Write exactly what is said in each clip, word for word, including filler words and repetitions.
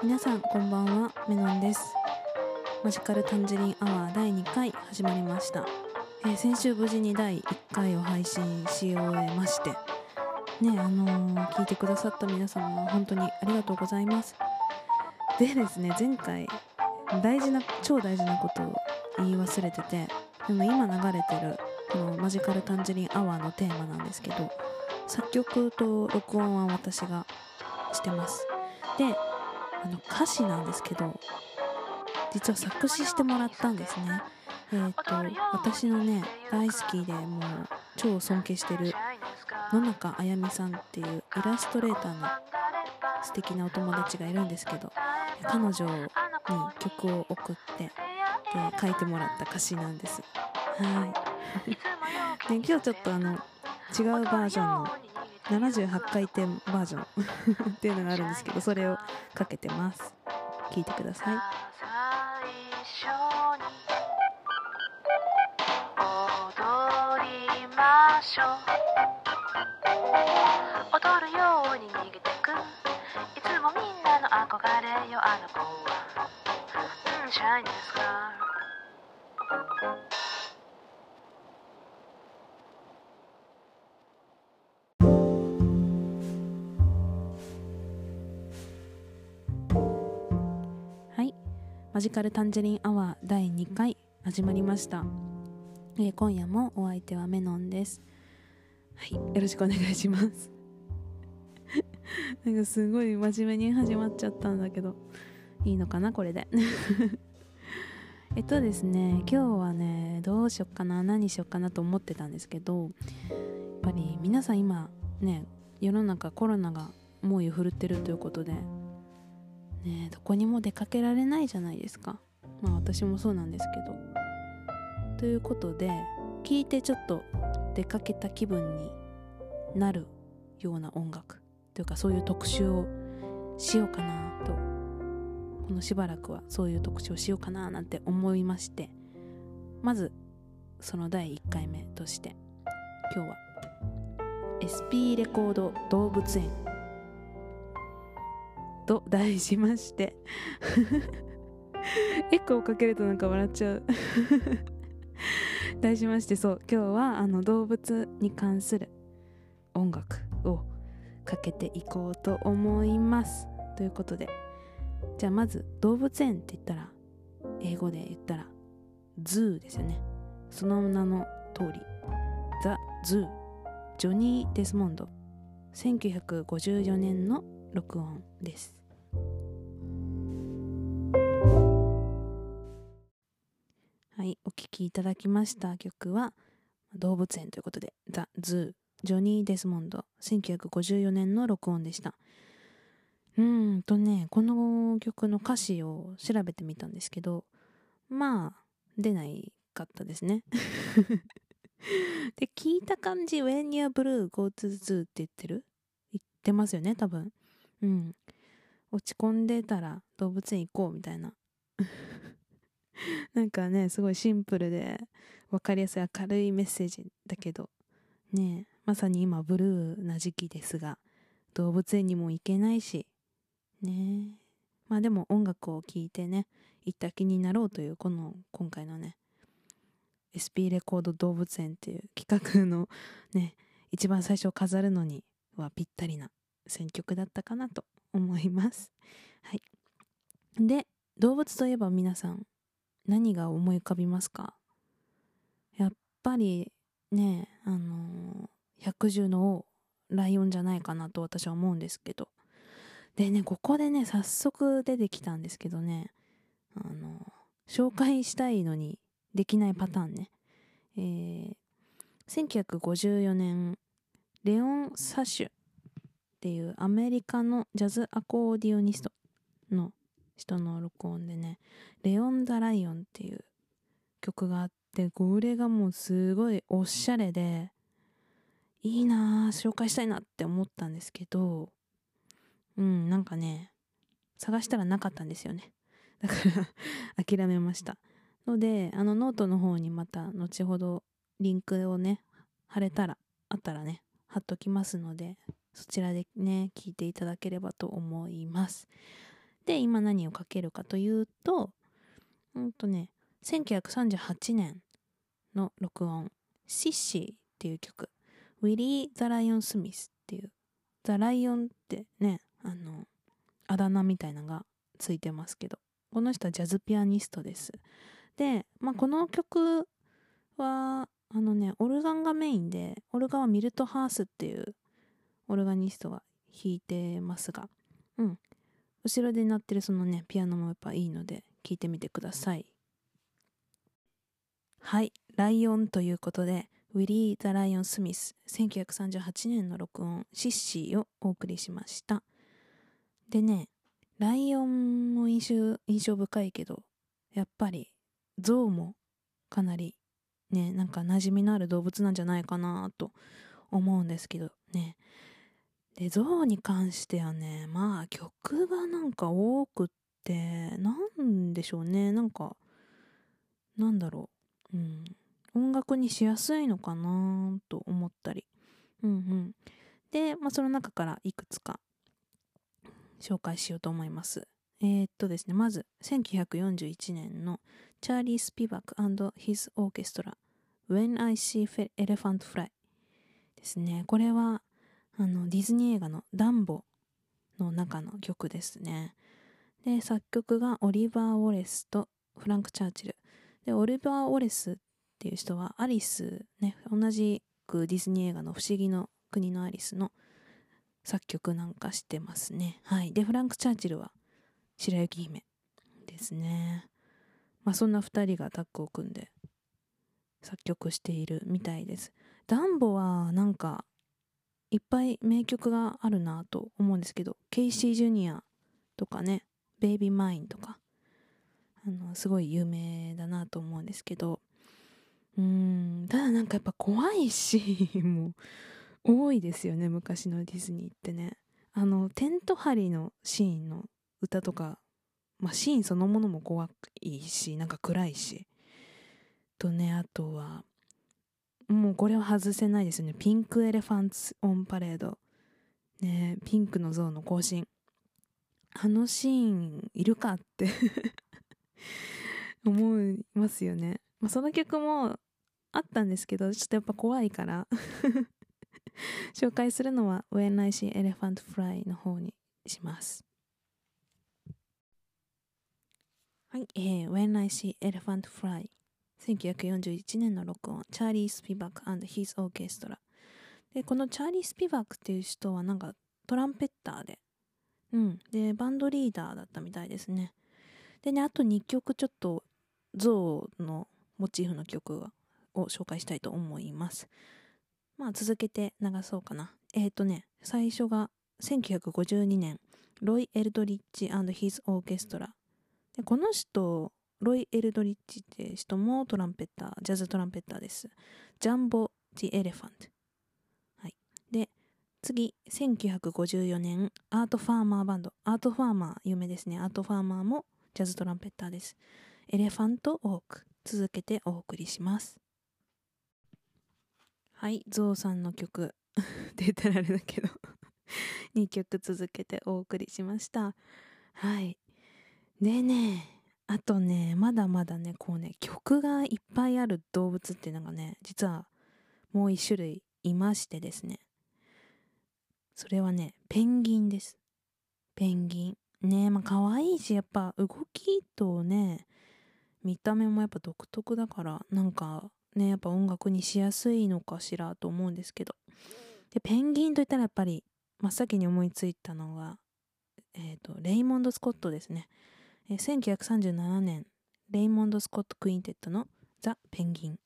皆さんこんばんは、メノンです。マジカルタンジリンアワーだいにかい始まりました。えー、先週無事にだいいっかいを配信し終えましてね、あのー、聞いてくださった皆様本当にありがとうございます。でですね、前回大事な超大事なことを言い忘れてて、でも今流れてるこのマジカルタンジリンアワーのテーマなんですけど、作曲と録音は私がしてます。で、あの歌詞なんですけど、実は作詞してもらったんですね。えーと私のね大好きでもう超尊敬してる野中あやみさんっていうイラストレーターの素敵なお友達がいるんですけど、彼女に曲を送ってで書いてもらった歌詞なんです。はいで今日ちょっとあの違うバージョンのななじゅうはちかい転バージョンっていうのがあるんですけど、それをかけてます。聴いてください。踊りましょう、踊るように逃げてく、いつもみんなの憧れよあの子は、うん、シャイニースガール。はい、マジカルタンジリンアワーだいにかい始まりました。えー、今夜もお相手はメノンです。はい、よろしくお願いしますなんかすごい真面目に始まっちゃったんだけど、いいのかなこれでえっとですね今日はねどうしよっかな何しよっかなと思ってたんですけど、やっぱり皆さん今ね世の中コロナが猛威を振るってるということでね、どこにも出かけられないじゃないですか。まあ私もそうなんですけど、ということで聞いてちょっと出かけた気分になるような音楽というか、そういう特集をしようかなと、このしばらくはそういう特集をしようかななんて思いまして、まずそのだいいっかいめとして今日は エスピー レコード動物園と題しましてエコーをかけるとなんか笑っちゃう題しまして、そう今日はあの動物に関する音楽をかけていこうと思います。ということで、じゃあまず動物園って言ったら英語で言ったらズーですよね。その名の通りザ・ズー、ジョニー・デスモンド、せんきゅうひゃくごじゅうよねんの録音です。はい、お聴きいただきました曲は動物園ということでザ・ズー、ジョニー・デスモンド、せんきゅうひゃくごじゅうよねんの録音でした。うーんとねこの曲の歌詞を調べてみたんですけど、まあ出ないかったですねで聞いた感じ When you're blue go to the zoo って言ってる言ってますよね多分。うん、落ち込んでたら動物園行こうみたいななんかねすごいシンプルで分かりやすい明るいメッセージだけどね、まさに今ブルーな時期ですが動物園にも行けないしね、まあでも音楽を聴いてね行った気になろうというこの今回のね エスピー レコード動物園っていう企画のね一番最初を飾るのにはぴったりな選曲だったかなと思います。はい。で動物といえば皆さん何が思い浮かびますか？やっぱりねあのー、百獣の王ライオンじゃないかなと私は思うんですけど、でねここでね早速出てきたんですけどね、あの紹介したいのにできないパターンね、えー、せんきゅうひゃくごじゅうよねんレオン・サシュっていうアメリカのジャズアコーディオニストの人の録音でね、レオン・ザ・ライオンっていう曲があって、これがもうすごいおしゃれでいいなぁ、紹介したいなって思ったんですけど、うんなんかね探したらなかったんですよね。だから諦めましたので、あのノートの方にまた後ほどリンクをね貼れたらあったらね貼っときますので、そちらでね聞いていただければと思います。 して今何をかけるかというと、うんとね、せんきゅうひゃくさんじゅうはちねんの録音、シッシーっていう曲、ウィリー・ザ・ライオン・スミスっていう、ザ・ライオンってね、あの、あだ名みたいなのがついてますけど、この人はジャズピアニストです。で、まあ、この曲は、あのね、オルガンがメインで、オルガンはミルト・ハースっていうオルガニストが弾いてますが、うん。後ろで鳴ってるそのね、ピアノもやっぱいいので、聴いてみてください。はい、ライオンということで、ウィリー・ザ・ライオン・スミス、せんきゅうひゃくさんじゅうはちねんの録音、シッシーをお送りしました。でね、ライオンも印象、印象深いけど、やっぱりゾウもかなりね、なんか馴染みのある動物なんじゃないかなと思うんですけどね。で、ゾウに関してはね、まあ曲がなんか多くって、なんでしょうね、なんか、なんだろう、うん、音楽にしやすいのかなと思ったり。うんうん。で、まあその中からいくつか紹介しようと思います。えー、っとですね、まずせんきゅうひゃくよんじゅういちねんのチャーリー・スピバック and His Orchestra When I See Elephant Fly ですね。これはあのディズニー映画のダンボの中の曲ですね。で、作曲がオリバー・ウォレスとフランク・チャーチル。で、オリバー・ウォレスっていう人はアリスね、同じくディズニー映画の不思議の国のアリスの作曲なんかしてますね。はい。で、フランク・チャーチルは白雪姫ですね。まあそんな二人がタッグを組んで作曲しているみたいです。ダンボはなんかいっぱい名曲があるなと思うんですけど、ケイシー・ジュニアとかね、ベイビー・マインとか、あの、すごい有名だなと思うんですけど、うーん、ただなんかやっぱ怖いシーンも多いですよね、昔のディズニーってね。あの、テント張りのシーンの歌とか、まあ、シーンそのものも怖いし、なんか暗いし。とね、あとは、もうこれは外せないですよね。ピンクエレファンツ・オン・パレード。ね、ピンクの像の行進。あのシーンいるかって思いますよね。まあ、その曲もあったんですけど、ちょっとやっぱ怖いから紹介するのは When I See Elephant Fly の方にします。はい、えー、When I See Elephant Fly せんきゅうひゃくよんじゅういちねんの録音、チャーリー・スピバック and His Orchestra。で、このチャーリー・スピバックっていう人はなんかトランペッターで、うん、で、バンドリーダーだったみたいですね。でね、あとにきょくちょっとゾウのモチーフの曲を紹介したいと思います。まあ続けて流そうかな。えっ、ー、とね、最初がせんきゅうひゃくごじゅうにねん、ロイ・エルドリッチ and His Orchestra。で、この人、ロイ・エルドリッチって人もトランペッター、ジャズトランペッターです。ジャンボ・ジ・エレファント。はい。で、次、せんきゅうひゃくごじゅうよねん、アート・ファーマーバンド。アート・ファーマー、有名ですね。アート・ファーマーもジャズトランペッターです。エレファント・オーク。続けてお送りします。はい、ゾウさんの曲って言ったらあれだけどにきょく続けてお送りしました。はい。でね、あとね、まだまだね、こうね、曲がいっぱいある動物っていうのがね、実はもう一種類いましてですね。それはね、ペンギンです。ペンギン。ね、まあ可愛いし、やっぱ動きとね、見た目もやっぱ独特だから、なんかね、やっぱ音楽にしやすいのかしらと思うんですけど。で、ペンギンといったらやっぱり真っ先に思いついたのが、えっと、レイモンド・スコットですね。えーせんきゅうひゃくさんじゅうななねん、レイモンド・スコット・クインテッドのザ・ペンギン。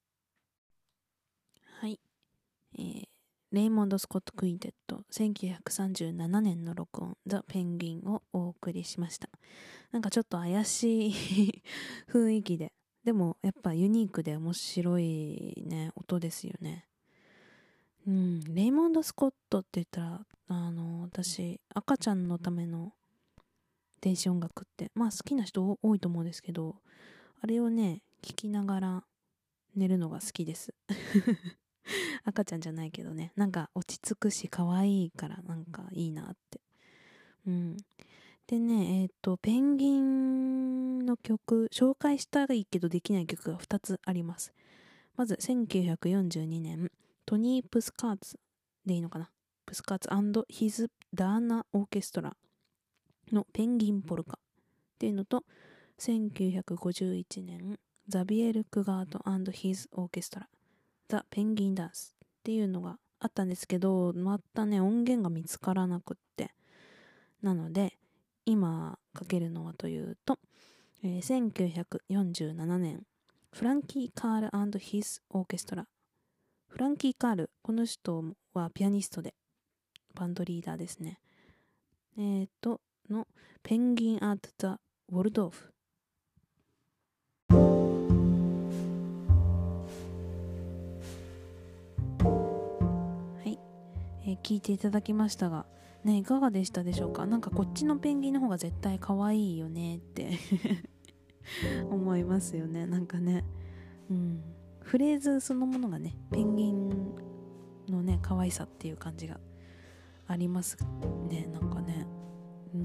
はい。えーレイモンド・スコット・クインテッド、せんきゅうひゃくさんじゅうななねんの録音、ザ・ペンギンをお送りしました。なんかちょっと怪しい雰囲気で、でもやっぱユニークで面白いね、音ですよね。うん、レイモンド・スコットって言ったら、あの、私、赤ちゃんのための電子音楽って、まあ好きな人多いと思うんですけど、あれをね、聞きながら寝るのが好きです。赤ちゃんじゃないけどね、なんか落ち着くし可愛いからなんかいいなって。うん。 でね、えっと、ペンギンの曲、紹介したらいいけどできない曲がふたつあります。まず、せんきゅうひゃくよんじゅうにねん、トニー・プスカーツでいいのかな、プスカーツ&ヒズ・ダーナ・オーケストラのペンギン・ポルカっていうのと、せんきゅうひゃくごじゅういちねん、ザビエル・クガート&ヒズ・オーケストラ、ザ・ペンギン・ダンスっていうのがあったんですけど、またね、音源が見つからなくって、なので、今かけるのはというと、えー、せんきゅうひゃくよんじゅうななねん、フランキー・カール&ヒズ・オーケストラ。フランキー・カール、この人はピアニストで、バンドリーダーですね。えーと、の、ペンギン・アット・ザ・ウォルドーフ。はい、えー、聞いていただきましたが、ね、いかがでしたでしょうか。なんかこっちのペンギンの方が絶対可愛いよねって思いますよね。なんかね、うん、フレーズそのものがね、ペンギンのね、可愛さっていう感じがありますね。なんかね、うん、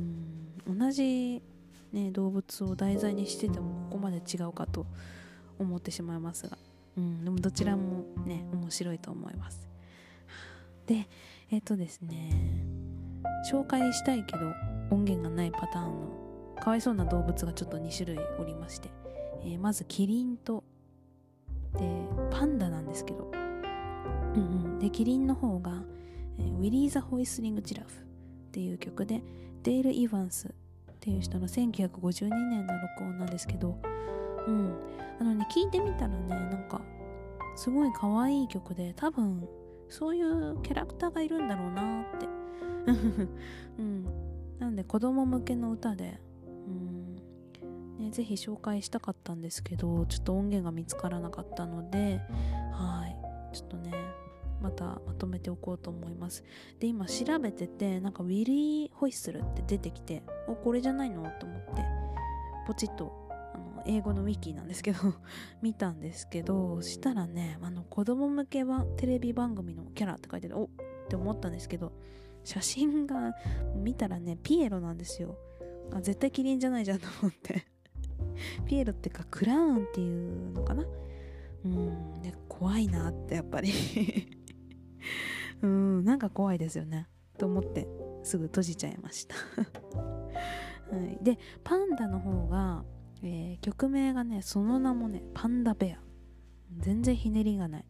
同じ、ね、動物を題材にしててもここまで違うかと思ってしまいますが、うん、でもどちらもね、面白いと思います。で、えっとですね、紹介したいけど音源がないパターンのかわいそうな動物がちょっとにしゅるいおりまして、えー、まずキリンとでパンダなんですけど、うんうん、でキリンの方が、えー、ウィリー・ザ・ホイスリング・ジラフっていう曲で、デール・イヴァンスっていう人のせんきゅうひゃくごじゅうにねんの録音なんですけど、うん、あのね、聞いてみたらね、なんかすごい可愛い曲で、多分そういうキャラクターがいるんだろうなってうん、なんで子供向けの歌で、うんね、ぜひ紹介したかったんですけど、ちょっと音源が見つからなかったので、はいちょっとね、またまとめておこうと思います。で、今調べてて、なんかウィリー・ホイッスルって出てきて、お、これじゃないのと思ってポチッとあの英語のウィキなんですけど見たんですけど、したらね、あの子供向けはテレビ番組のキャラって書いてて、おって思ったんですけど、写真が見たらね、ピエロなんですよ。あ、絶対キリンじゃないじゃんと思ってピエロってかクラウンっていうのかな。うんで、怖いなってやっぱりうんなんか怖いですよねと思ってすぐ閉じちゃいましたはい、でパンダの方が、えー、曲名がね、その名もね、パンダベア。全然ひねりがない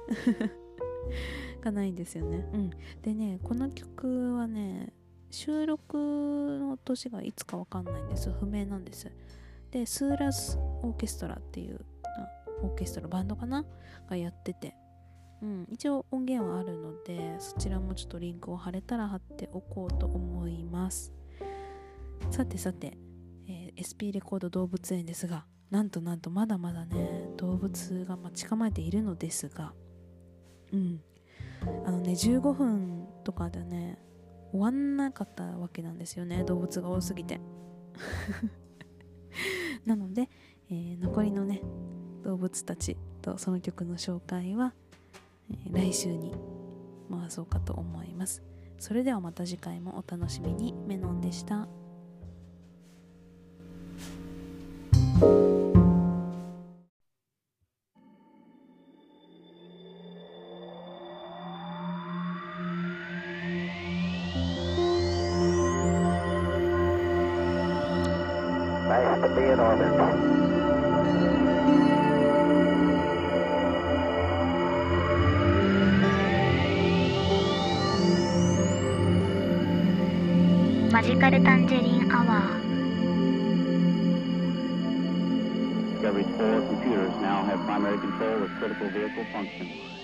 がないんですよね。うん、でね、この曲はね、収録の年がいつかわかんないんです。不明なんです。で、スーラスオーケストラっていうオーケストラバンドかながやってて、うん、一応音源はあるので、そちらもちょっとリンクを貼れたら貼っておこうと思います。さてさて、えー、エスピー レコード動物園ですが、なんとなんとまだまだね、動物が待ち構えているのですが、うんあのね、じゅうごふんとかでね終わんなかったわけなんですよね、動物が多すぎてなので、えー、残りのね動物たちとその曲の紹介は、えー、来週に回そうかと思います。それではまた次回もお楽しみに。メノンでした。 Nice to be in orbit. マジカルタンジェリンアワー。 Discovery's four computers now have primary control of critical vehicle function.